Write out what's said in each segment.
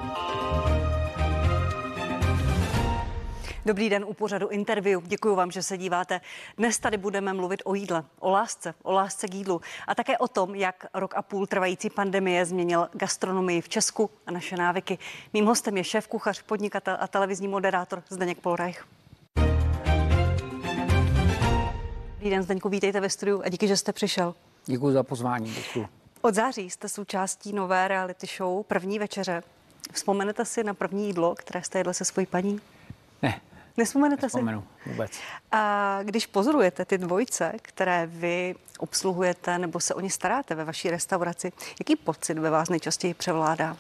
Dobrý den u pořadu Interview. Děkuji vám, že se díváte. Dnes tady budeme mluvit o jídle, o lásce k jídlu a také o tom, jak rok a půl trvající pandemie změnil gastronomii v Česku a naše návyky. Mým hostem je šéfkuchař, podnikatel a televizní moderátor Zdeněk Polreich. Dobrý den, Zdeňku, vítejte ve studiu a díky, že jste přišel. Děkuji za pozvání. Děkuji. Od září jste součástí nové reality show První večeře. Vzpomenete si na první jídlo, které jste jedli se svojí paní? Ne. Nespomenete si? Nespomenu vůbec. A když pozorujete ty dvojce, které vy obsluhujete nebo se o ně staráte ve vaší restauraci, jaký pocit ve vás nejčastěji převládá?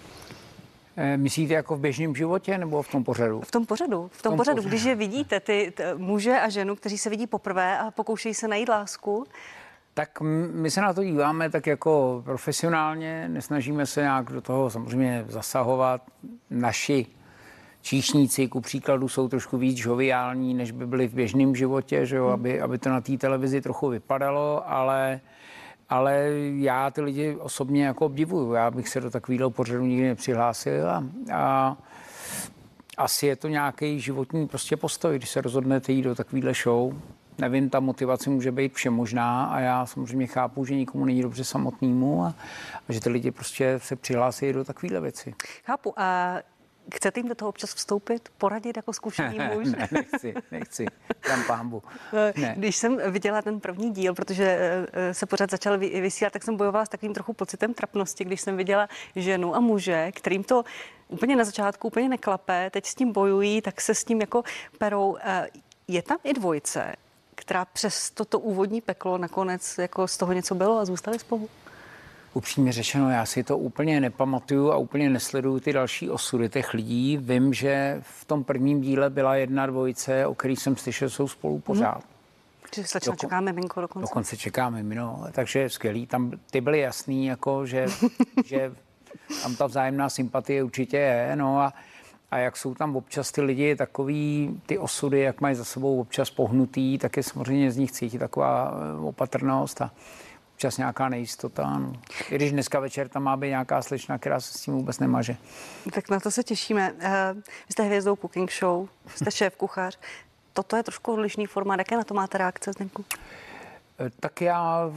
Myslíte jako v běžném životě nebo v tom pořadu? V tom pořadu. Když je vidíte, ty muže a ženu, kteří se vidí poprvé a pokoušejí se najít lásku, tak my se na to díváme tak jako profesionálně, nesnažíme se nějak do toho samozřejmě zasahovat. Naši číšníci, ku příkladu, jsou trošku víc žoviální, než by byli v běžném životě, že jo? Aby to na té televizi trochu vypadalo, ale já ty lidi osobně jako obdivuju. Já bych se do takového pořadu nikdy nepřihlásil a asi je to nějaký životní prostě postoj, když se rozhodnete jít do takovéhle show. Nevím, ta motivace může být všemožná a já samozřejmě chápu, že nikomu není dobře samotnému a že ty lidi prostě se přihlásí do takovéhle věci. Chápu. A chcete jim do toho občas vstoupit, poradit jako zkušený muž? Ne, nechci. Dám pánbu. Ne. Když jsem viděla ten první díl, protože se pořád začal vysílat, tak jsem bojovala s takovým trochu pocitem trapnosti, když jsem viděla ženu a muže, kterým to úplně na začátku úplně neklape, teď s tím bojují, tak se s tím jako perou. Je tam i dvojice, která přes toto úvodní peklo nakonec jako z toho něco bylo a zůstali spolu? Upřímně řečeno, já si to úplně nepamatuju a úplně nesleduju ty další osudy těch lidí. Vím, že v tom prvním díle byla jedna dvojice, o který jsem slyšel, jsou spolu pořád. Že slečna čeká miminko dokonce. Dokonce čeká mimino, takže skvělý. Tam ty byly jasný, jako, že tam ta vzájemná sympatie určitě je. No a jak jsou tam občas ty lidi takový, ty osudy, jak mají za sebou občas pohnutý, tak je samozřejmě z nich cítit taková opatrnost a občas nějaká nejistota. No. I když dneska večer tam má být nějaká slečna, která se s tím vůbec nemaže. Tak na to se těšíme. Vy jste hvězdou cooking show, jste šéfkuchař. Toto je trošku odlišný formát. Jaké na to máte reakce, Zdeňku? Tak já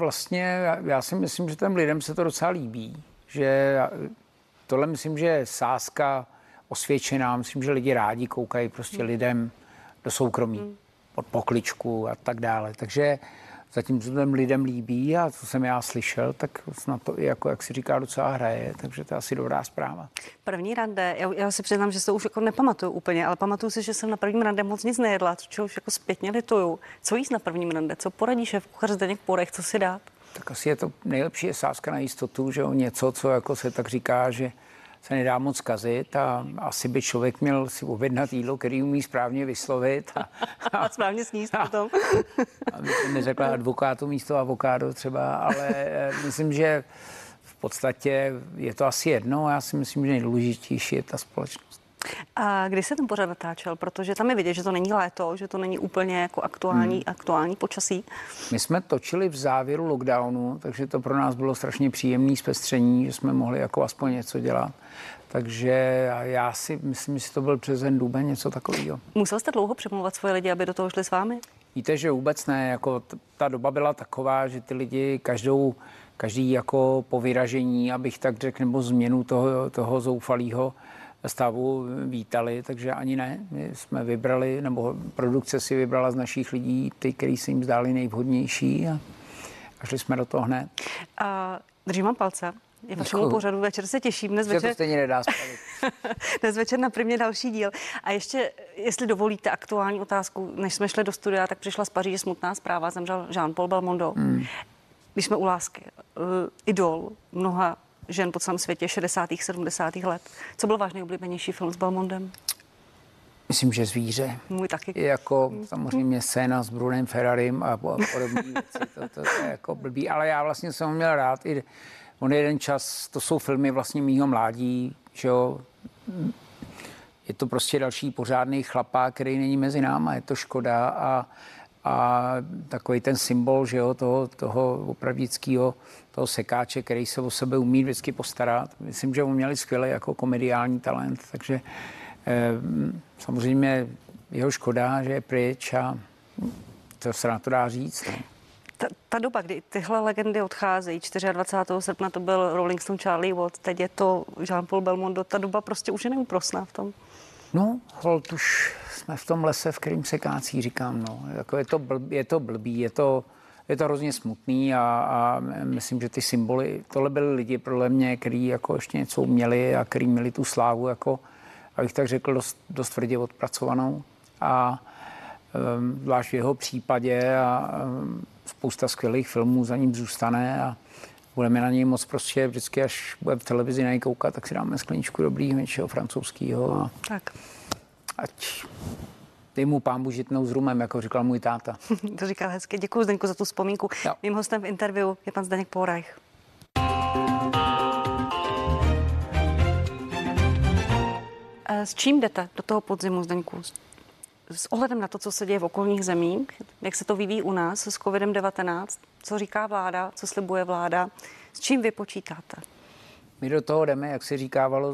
si myslím, že těm lidem se to docela líbí. Že tohle myslím, že je sázka osvědčená. Myslím, že lidi rádi koukají prostě lidem do soukromí, pod pokličku a tak dále. Takže zatím se těm lidem líbí a co jsem já slyšel, tak snad to i jako, jak si říká, docela hraje, takže to je asi dobrá zpráva. První rande, já si přiznám, že se to už jako nepamatuju úplně, ale pamatuju si, že jsem na prvním rande moc nic nejedla, čeho už jako zpětně lituju. Co jíst na prvním rande? Co poradí šéfkuchař Zdeněk Polreich, co si dát? Tak asi je to nejlepší je sázka na jistotu, že něco, co jako se tak říká, že se nedá moc kazit a asi by člověk měl si objednat jídlo, který umí správně vyslovit. A správně sníst potom. Aby jsem neřekla advokátu místo avokádo třeba, ale myslím, že v podstatě je to asi jedno a já si myslím, že nejdůležitější je ta společnost. A kdy se ten pořad natáčel? Protože tam je vidět, že to není léto, že to není úplně jako aktuální počasí. My jsme točili v závěru lockdownu, takže to pro nás bylo strašně příjemné zpestření, že jsme mohli jako aspoň něco dělat. Takže já si myslím, že to byl březen, duben, něco takového. Musel jste dlouho přemlouvat svoje lidi, aby do toho šli s vámi? Víte, že vůbec ne. Jako ta doba byla taková, že ty lidi každý jako po vyražení, abych tak řekl, nebo změnu toho zoufalého stavu vítali, takže ani ne. My jsme vybrali, nebo produkce si vybrala z našich lidí ty, který se jim zdáli nejvhodnější a šli jsme do toho hned. Držím vám palce. Je vašemu pořadu večer se těším. Dnes večer to stejně nedá spravit. Dnes večer na Primě další díl. A ještě, jestli dovolíte aktuální otázku, než jsme šli do studia, tak přišla z Paříže smutná zpráva, zemřel Jean-Paul Belmondo. Když jsme u lásky, idol mnoha žen po celém světě 60. 70. let. Co byl váš nejoblíbenější film s Belmondem? Myslím, že Zvíře. Můj taky. Je jako samozřejmě scéna s Brunem Ferrarim a podobné věci. To je jako blbý, ale já vlastně jsem ho měl rád. On jeden čas, to jsou filmy vlastně mýho mládí, že jo. Je to prostě další pořádný chlapák, který není mezi náma, je to škoda a takový ten symbol, že jo, toho opravdického, toho sekáče, který se o sebe umí vždycky postarat. Myslím, že on měli skvělý jako komediální talent, takže samozřejmě jeho škoda, že je pryč a to se na to dá říct. No. Ta doba, kdy tyhle legendy odcházejí, 24. srpna to byl Rolling Stone Charlie Watts, teď je to Jean-Paul Belmondo, ta doba prostě už je neúprosná v tom. No, holt už jsme v tom lese, v kterým se kácí, říkám, no. Jako je to blbý, je to hrozně smutný a myslím, že ty symboly, tohle byli lidi podle mě, kteří jako ještě něco uměli a kteří měli tu slávu, jako, abych tak řekl, dost tvrdě odpracovanou a zvlášť v jeho případě a spousta skvělých filmů za ním zůstane a budeme na něj moc prostě vždycky, až bude v televizi na něj koukat, tak si dáme skleničku dobrýho něčeho francouzského a tak. Ať dej mu pánbu žitnou s rumem, jako říkal můj táta. To říkal hezky. Děkuji, Zdeňku, za tu vzpomínku. Jo. Mým hostem v interview je pan Zdeněk Pourajch. S čím jdete do toho podzimu, Zdeňku? S ohledem na to, co se děje v okolních zemích, jak se to vyvíjí u nás s COVID-19, co říká vláda, co slibuje vláda, s čím vy počítáte? My do toho jdeme, jak se říkávalo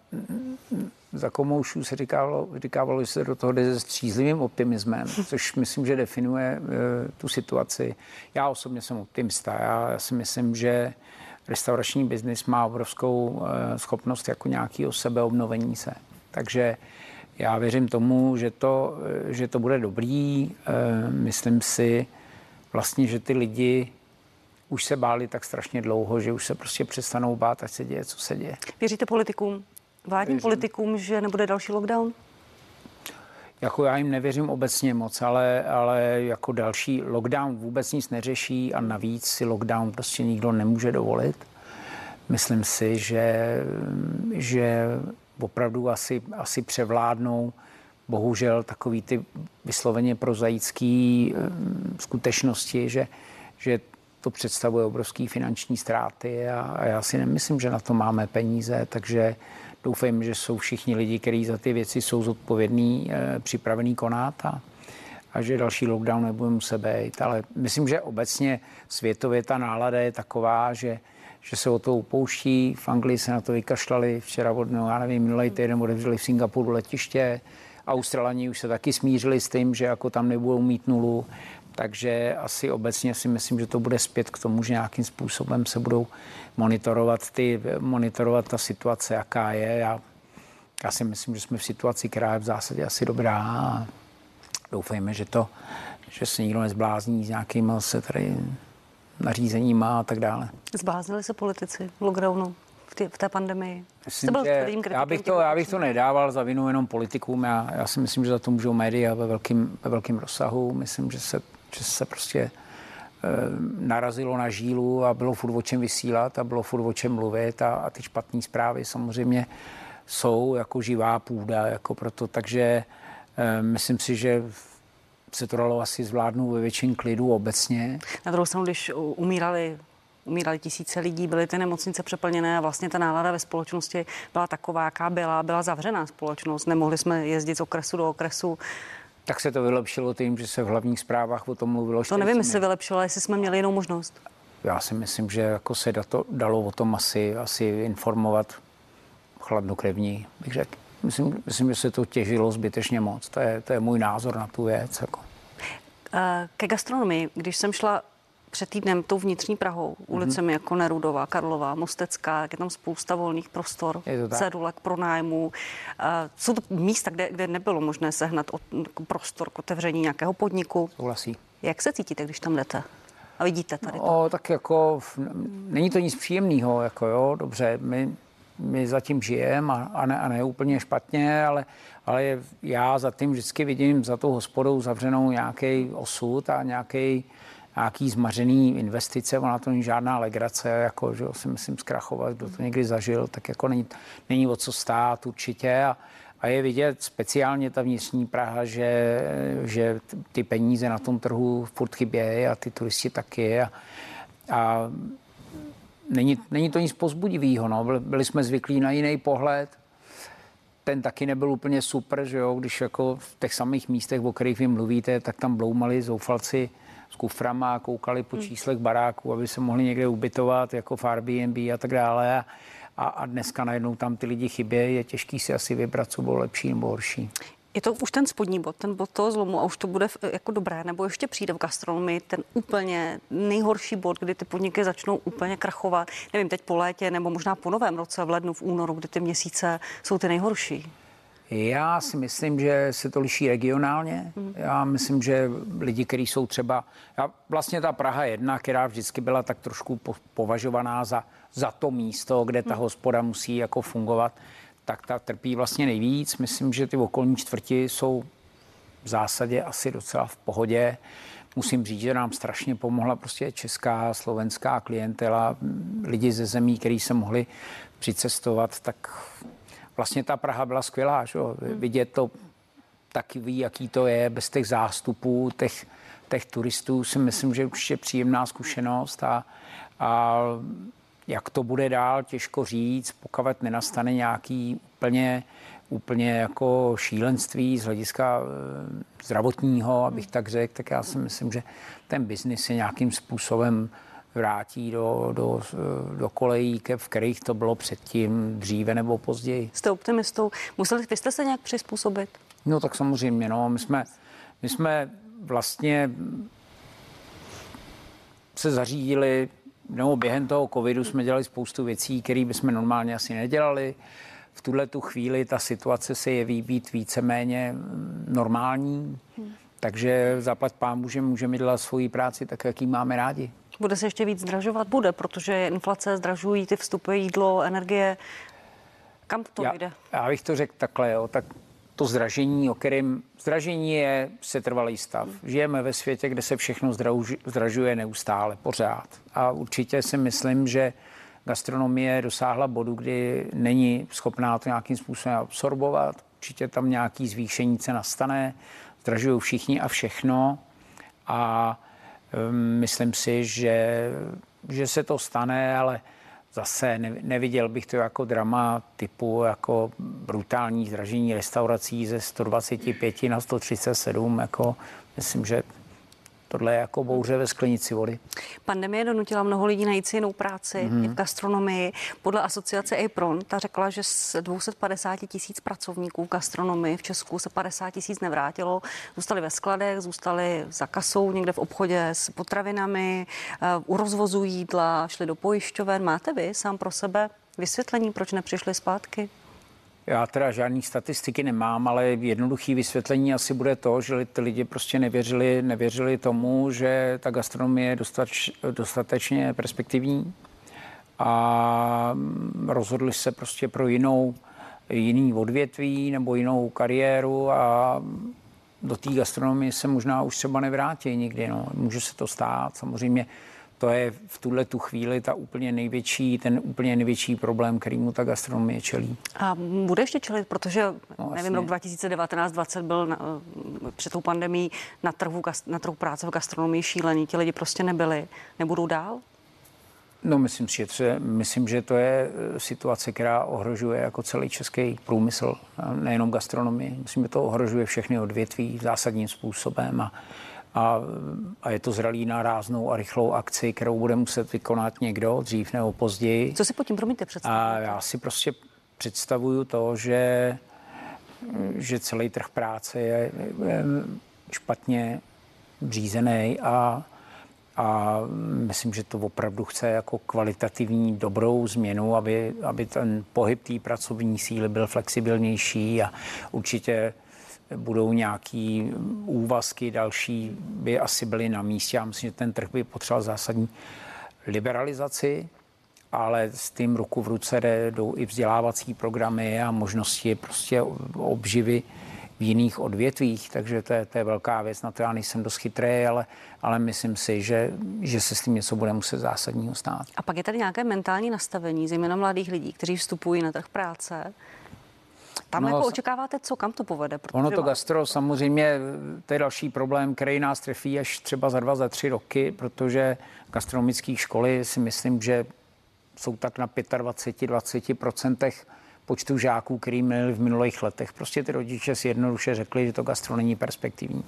za komoušů, se říkávalo, že se do toho jde se střízlivým optimismem, což myslím, že definuje tu situaci. Já osobně jsem optimista. Já si myslím, že restaurační biznis má obrovskou schopnost jako nějakého sebeobnovení se. Takže já věřím tomu, že to bude dobrý. Myslím si vlastně, že ty lidi už se báli tak strašně dlouho, že už se prostě přestanou bát, ať se děje, co se děje. Věříte politikům, vládním politikům, že nebude další lockdown? Jako já jim nevěřím obecně moc, ale jako další lockdown vůbec nic neřeší a navíc si lockdown prostě nikdo nemůže dovolit. Myslím si, že opravdu asi převládnou bohužel takový ty vysloveně prozaický skutečnosti, že to představuje obrovské finanční ztráty a já si nemyslím, že na to máme peníze, takže doufám, že jsou všichni lidi, kteří za ty věci jsou zodpovědní, připravení konat a že další lockdown nebude muset být. Ale myslím, že obecně světově ta nálada je taková, že se o to upouští. V Anglii se na to vykašlali včera, minulý týden otevřeli v Singapuru letiště. Australani už se taky smířili s tím, že jako tam nebudou mít nulu. Takže asi obecně si myslím, že to bude zpět k tomu, že nějakým způsobem se budou monitorovat ta situace, jaká je. Já si myslím, že jsme v situaci, která je v zásadě asi dobrá a doufejme, že se nikdo nezblázní s nějakým se tady nařízeníma a tak dále. Zbláznili se politici v lockdownu v té pandemii? Myslím, já bych to nedával za vinu jenom politikům. Já si myslím, že za to můžou média ve velkém rozsahu. Myslím, že se prostě narazilo na žílu a bylo furt o čem vysílat a bylo furt o čem mluvit a ty špatné zprávy samozřejmě jsou jako živá půda, jako proto, takže myslím si, že se to dalo asi zvládnout ve větším klidu obecně. Na druhou stranu, když umírali tisíce lidí, byly ty nemocnice přeplněné a vlastně ta nálada ve společnosti byla taková, jaká byla zavřená společnost. Nemohli jsme jezdit z okresu do okresu. Tak se to vylepšilo tím, že se v hlavních zprávách o tom mluvilo. To nevím, jestli se vylepšilo, jestli jsme měli jinou možnost. Já si myslím, že jako se dalo o tom asi informovat chladnokrevní, bych řekl. Myslím, že se to těžilo zbytečně moc. To je můj názor na tu věc. Jako. Ke gastronomii, když jsem šla před týdnem tou vnitřní Prahou, ulicemi jako Nerudová, Karlová, Mostecká, je tam spousta volných prostor, cedulek pro nájmu. Jsou to místa, kde nebylo možné sehnat prostor k otevření nějakého podniku. Souhlasí. Jak se cítíte, když tam jdete a vidíte tady to? Tak jako není to nic příjemného, jako jo, dobře, my zatím žijeme a ne úplně špatně, ale já zatím vždycky vidím za tou hospodou zavřenou nějaký osud a nějaký zmařený investice, ona to není žádná legrace, jako, že si myslím zkrachovat, kdo to někdy zažil, tak jako není o co stát určitě a je vidět speciálně ta vnitřní Praha, že ty peníze na tom trhu furt chybějí a ty turisti taky a není to nic povzbudivého, no. Byli jsme zvyklí na jiný pohled. ten taky nebyl úplně super, že jo, když jako v těch samých místech, o kterých vy mluvíte, tak tam bloumali zoufalci s kuframa a koukali po číslech baráků, aby se mohli někde ubytovat, jako v Airbnb a tak dále. A dneska najednou tam ty lidi chybějí, je těžký si asi vybrat, co bylo lepší nebo horší. Je to už ten spodní bod, ten bod toho zlomu a už to bude jako dobré, nebo ještě přijde v gastronomii ten úplně nejhorší bod, kdy ty podniky začnou úplně krachovat, nevím, teď po létě nebo možná po novém roce, v lednu, v únoru, kdy ty měsíce jsou ty nejhorší? Já si myslím, že se to liší regionálně. Já myslím, že lidi, kteří jsou třeba... Vlastně ta Praha 1, která vždycky byla tak trošku považovaná za to místo, kde ta hospoda musí jako fungovat, tak ta trpí vlastně nejvíc. Myslím, že ty okolní čtvrti jsou v zásadě asi docela v pohodě. Musím říct, že nám strašně pomohla prostě česká, slovenská klientela, lidi ze zemí, kteří se mohli přicestovat, tak vlastně ta Praha byla skvělá. Že? Vidět to takový, jaký to je, bez těch zástupů, těch turistů, si myslím, že už je příjemná zkušenost a jak to bude dál, těžko říct, pokud nenastane nějaký úplně jako šílenství z hlediska zdravotního, abych tak řekl, tak já si myslím, že ten biznis se nějakým způsobem vrátí do kolejí, v kterých to bylo předtím, dříve nebo později. Jste optimistou. Vy jste se nějak přizpůsobit? No tak samozřejmě, no. My jsme vlastně se zařídili, nebo během toho covidu jsme dělali spoustu věcí, které bychom normálně asi nedělali. V tu chvíli ta situace se jeví být víceméně normální, takže zaplať pánbůh, že můžeme dělat svoji práci tak, jak ji máme rádi. Bude se ještě víc zdražovat? Bude, protože inflace, zdražují ty vstupy, jídlo, energie. Kam to jde? Já bych to řekl takhle, jo, tak to zdražení, zdražení je setrvalý stav. Žijeme ve světě, kde se všechno zdražuje neustále, pořád. A určitě si myslím, že gastronomie dosáhla bodu, kdy není schopná to nějakým způsobem absorbovat. Určitě tam nějaký zvýšení cen nastane, zdražují všichni a všechno. A myslím si, že se to stane, ale zase neviděl bych to jako drama typu jako brutální zdražení restaurací ze 125 na 137. Jako, myslím, že tohle je jako bouře ve sklenici vody. Pandemie donutila mnoho lidí najít si jinou práci i v gastronomii. Podle asociace Apron, ta řekla, že z 250 000 pracovníků v gastronomii v Česku se 50 000 nevrátilo. Zůstali ve skladech, zůstali za kasou někde v obchodě s potravinami, u rozvozu jídla, šli do pojišťoven. Máte vy sám pro sebe vysvětlení, proč nepřišli zpátky? Já teda žádný statistiky nemám, ale jednoduché vysvětlení asi bude to, že ty lidi prostě nevěřili tomu, že ta gastronomie je dostatečně perspektivní a rozhodli se prostě pro jiný odvětví nebo jinou kariéru a do té gastronomie se možná už třeba nevrátí nikdy. No. Může se to stát, samozřejmě. To je v tu chvíli ten úplně největší problém, kterýmu ta gastronomie čelí. A bude ještě čelit, protože nevím, rok 2019-2020 byl před tou pandemií na trhu práce v gastronomii šílený. Ti lidi prostě nebyli. Nebudou dál? No, myslím, že to je situace, která ohrožuje jako celý český průmysl, nejenom gastronomii. Myslím, že to ohrožuje všechny odvětví zásadním způsobem a je to zralý na ráznou a rychlou akci, kterou bude muset vykonat někdo dřív nebo později. Co si pod tím, promiňte, představujete? A já si prostě představuju to, že celý trh práce je špatně řízený a myslím, že to opravdu chce jako kvalitativní dobrou změnu, aby ten pohyb té pracovní síly byl flexibilnější a určitě budou nějaký úvazky další, by asi byly na místě. Já myslím, že ten trh by potřeboval zásadní liberalizaci, ale s tím ruku v ruce jdou i vzdělávací programy a možnosti prostě obživy v jiných odvětvích, takže to je velká věc, na to já nejsem dost chytrý, ale myslím si, že se s tím něco bude muset zásadního stát. A pak je tady nějaké mentální nastavení, zejména mladých lidí, kteří vstupují na trh práce. Tam jako očekáváte, kam to povede? Ono to gastro samozřejmě, to je další problém, který nás trefí až třeba za 2, za 3 roky, protože gastronomické školy si myslím, že jsou tak na 25-20% počtu žáků, který měli v minulých letech. Prostě ty rodiče si jednoduše řekli, že to gastro není perspektivní.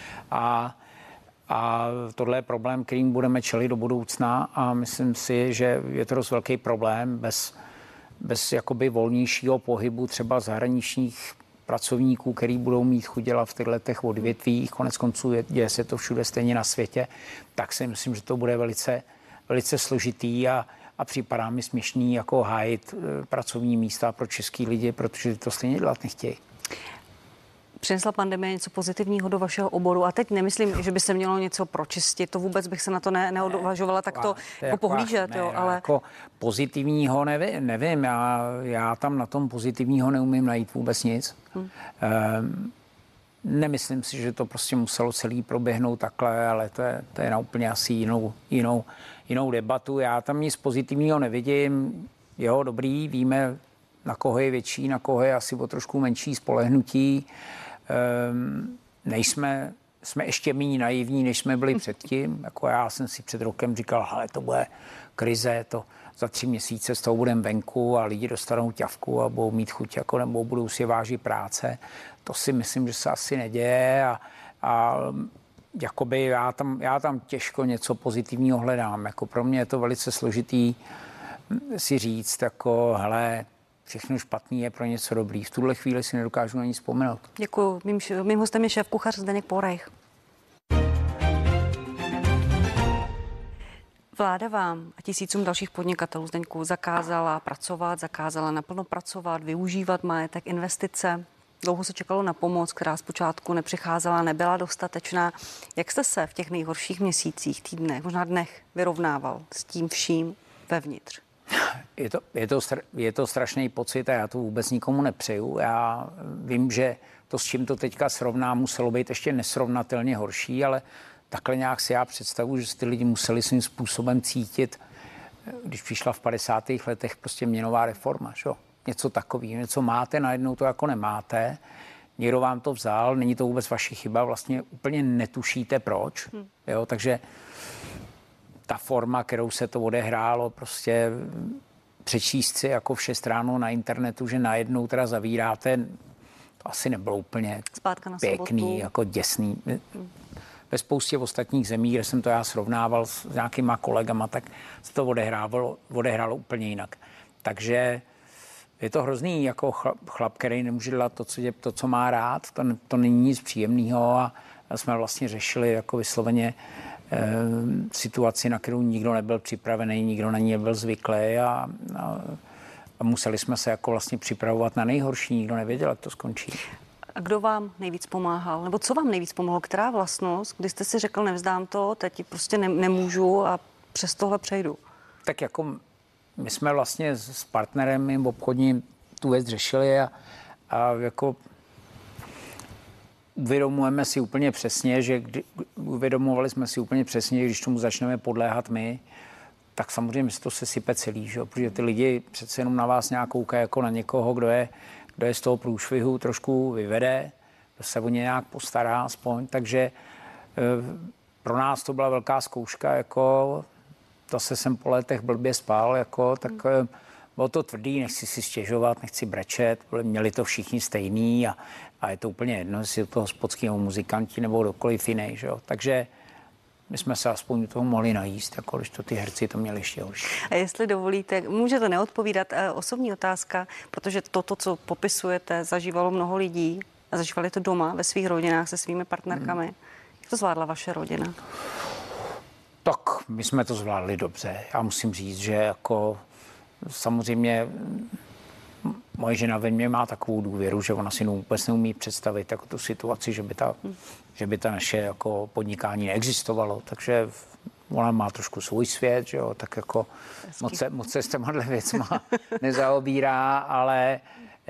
A tohle je problém, kterým budeme čelit do budoucna a myslím si, že je to dost velký problém bez jakoby volnějšího pohybu třeba zahraničních pracovníků, který budou mít chuť dělat v těchto letech odvětvích. Konec konců děje se to všude stejně na světě, tak si myslím, že to bude velice, velice složitý a připadá mi směšný jako hájit pracovní místa pro český lidi, protože to stejně dělat nechtějí. Přinesla pandemie něco pozitivního do vašeho oboru a teď nemyslím, že by se mělo něco pročistit, to vůbec bych se na to neodvažovala takto jako pohlížet, jo, ale... Jako pozitivního nevím, já tam na tom pozitivního neumím najít vůbec nic. Nemyslím si, že to prostě muselo celý proběhnout takhle, ale to je na úplně asi jinou debatu. Já tam nic pozitivního nevidím. Jo, dobrý, víme, na koho je větší, na koho je asi o trošku menší spolehnutí. Jsme ještě méně naivní, než jsme byli předtím. Jako já jsem si před rokem říkal, hele, to bude krize, to za 3 měsíce z toho budeme venku a lidi dostanou ťavku a budou mít chuť, jako, nebo budou si vážit práce. To si myslím, že se asi neděje a jakoby já tam těžko něco pozitivního hledám. Jako pro mě je to velice složitý si říct, jako hele, všechno špatný je pro něco dobrý. V tuhle chvíli si nedokážu na nic vzpomenout. Děkuji. Mým hostem je šéfkuchař Zdeněk Pourech. Vláda vám a tisícům dalších podnikatelů, Zdeňku, zakázala pracovat, zakázala naplno pracovat, využívat majetek, investice. Dlouho se čekalo na pomoc, která zpočátku nepřicházela, nebyla dostatečná. Jak jste se v těch nejhorších měsících, týdnech, možná dnech vyrovnával s tím vším vevnitř? Je to strašný pocit a já to vůbec nikomu nepřeju. Já vím, že to, s čím to teďka srovná, muselo být ještě nesrovnatelně horší, ale takhle nějak si já představuji, že ty lidi museli svým způsobem cítit, když přišla v 50. letech prostě měnová reforma, že? Něco takového, něco máte, najednou to jako nemáte, někdo vám to vzal, není to vůbec vaše chyba, vlastně úplně netušíte proč, jo, takže ta forma, kterou se to odehrálo, prostě přečíst si jako v 6 ráno na internetu, že najednou teda zavíráte, to asi nebylo úplně pěkný, jako děsný. Ve spoustě ostatních zemí, kde jsem to já srovnával s nějakýma kolegama, tak se to odehrálo úplně jinak. Takže je to hrozný jako chlap, který nemůže dělat to, co má rád. To není nic příjemného a jsme vlastně řešili jako vysloveně situaci, na kterou nikdo nebyl připravený, nikdo na ní nebyl zvyklý a museli jsme se jako vlastně připravovat na nejhorší, nikdo nevěděl, jak to skončí. A kdo vám nejvíc pomáhal? Nebo co vám nejvíc pomohlo? Která vlastnost, kdy jste si řekl, nevzdám to, teď prostě nemůžu a přes tohle přejdu? Tak jako my jsme vlastně s partnerem mým obchodním tu věc řešili a jako uvědomovali jsme si úplně přesně, že když tomu začneme podléhat my, tak samozřejmě se to sesype celý, že? Protože ty lidi přece jenom na vás nějak koukají jako na někoho, kdo je z toho průšvihu trošku vyvede, kdo se o ně nějak postará aspoň, takže pro nás to byla velká zkouška, jako zase jsem po letech blbě spal, jako, tak bylo to tvrdý, nechci si stěžovat, nechci brečet, měli to všichni stejný a je to úplně jedno, jestli je to hospodský muzikanti nebo kdokoliv jiný, že jo. Takže my jsme se aspoň toho mohli najíst, jako když to ty herci to měli ještě horší. A jestli dovolíte, můžete neodpovídat, osobní otázka, protože toto, co popisujete, zažívalo mnoho lidí a zažívali to doma ve svých rodinách se svými partnerkami. Jak to zvládla vaše rodina? Tak my jsme to zvládli dobře. Já musím říct, že jako samozřejmě moje žena ve mně má takovou důvěru, že ona si vůbec neumí představit jako tu situaci, že by ta naše jako podnikání neexistovalo. Takže ona má trošku svůj svět, že jo, tak jako moc se s těmahle věcma nezaobírá, ale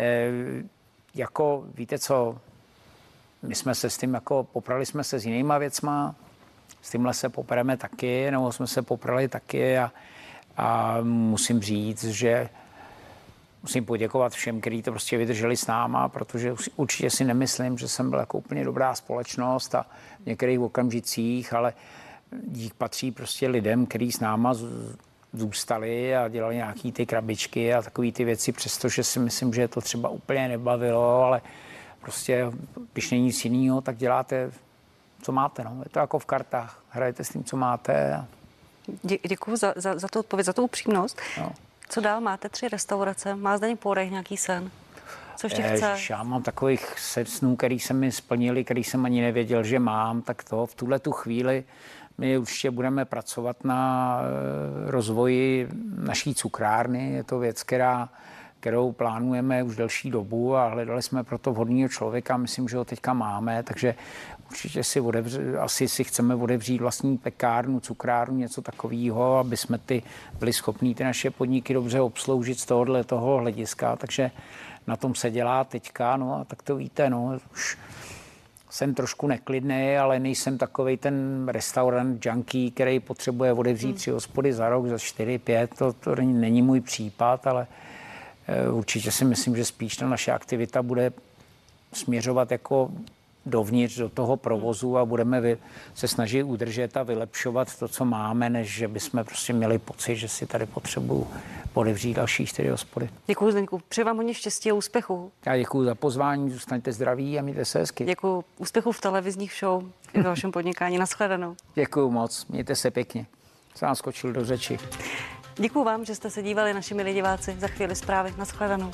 jako víte co, my jsme se s tím jako poprali jsme se s jinýma věcma, s tímhle se popereme taky, nebo jsme se poprali taky a musím říct, že musím poděkovat všem, kteří to prostě vydrželi s náma, protože určitě si nemyslím, že jsem byl jako úplně dobrá společnost a v některých okamžicích, ale dík patří prostě lidem, kteří s náma zůstali a dělali nějaký ty krabičky a takové ty věci, přestože si myslím, že to třeba úplně nebavilo, ale prostě, když není nic jiného, tak děláte, co máte. No. Je to jako v kartách. Hrajete s tím, co máte. Děkuji za tu odpověď, za tu upřímnost. No. Co dál? Máte 3 restaurace, má Zdeněk Pourech nějaký sen? Co ještě chce? Já mám takových snů, který se mi splnili, který jsem ani nevěděl, že mám, tak to v tuhle tu chvíli my určitě budeme pracovat na rozvoji naší cukrárny. Je to věc, kterou plánujeme už delší dobu a hledali jsme pro to vhodného člověka. Myslím, že ho teďka máme, takže určitě asi si chceme otevřít vlastní pekárnu, cukrárnu, něco takového, aby jsme byli schopní ty naše podniky dobře obsloužit z toho hlediska. Takže na tom se dělá teďka, no a tak to víte, no, už jsem trošku neklidný, ale nejsem takovej ten restaurant junkie, který potřebuje otevřít 3 hospody za rok, za 4, 5, to není můj případ, ale určitě si myslím, že spíš ta naše aktivita bude směřovat jako dovnitř do toho provozu a budeme se snažit udržet a vylepšovat to, co máme, než že bychom prostě měli pocit, že si tady potřebuju otevřít další 4 hospody. Děkuji, Zdeňku. Přeji vám hodně štěstí a úspěchu. Já děkuji za pozvání, zůstaňte zdraví a mějte se hezky. Děkuji. Úspěchu v televizních show i ve vašem podnikání. Nashledanou. Děkuji moc, mějte se pěkně. Jsem vám skočil do řeči. Děkuji vám, že jste se dívali, naši milí diváci. Za chvíli zprávy. Nashledanou.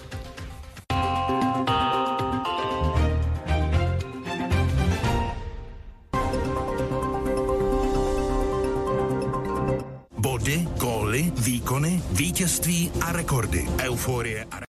Body, góly, výkony, vítězství a rekordy. Euforie a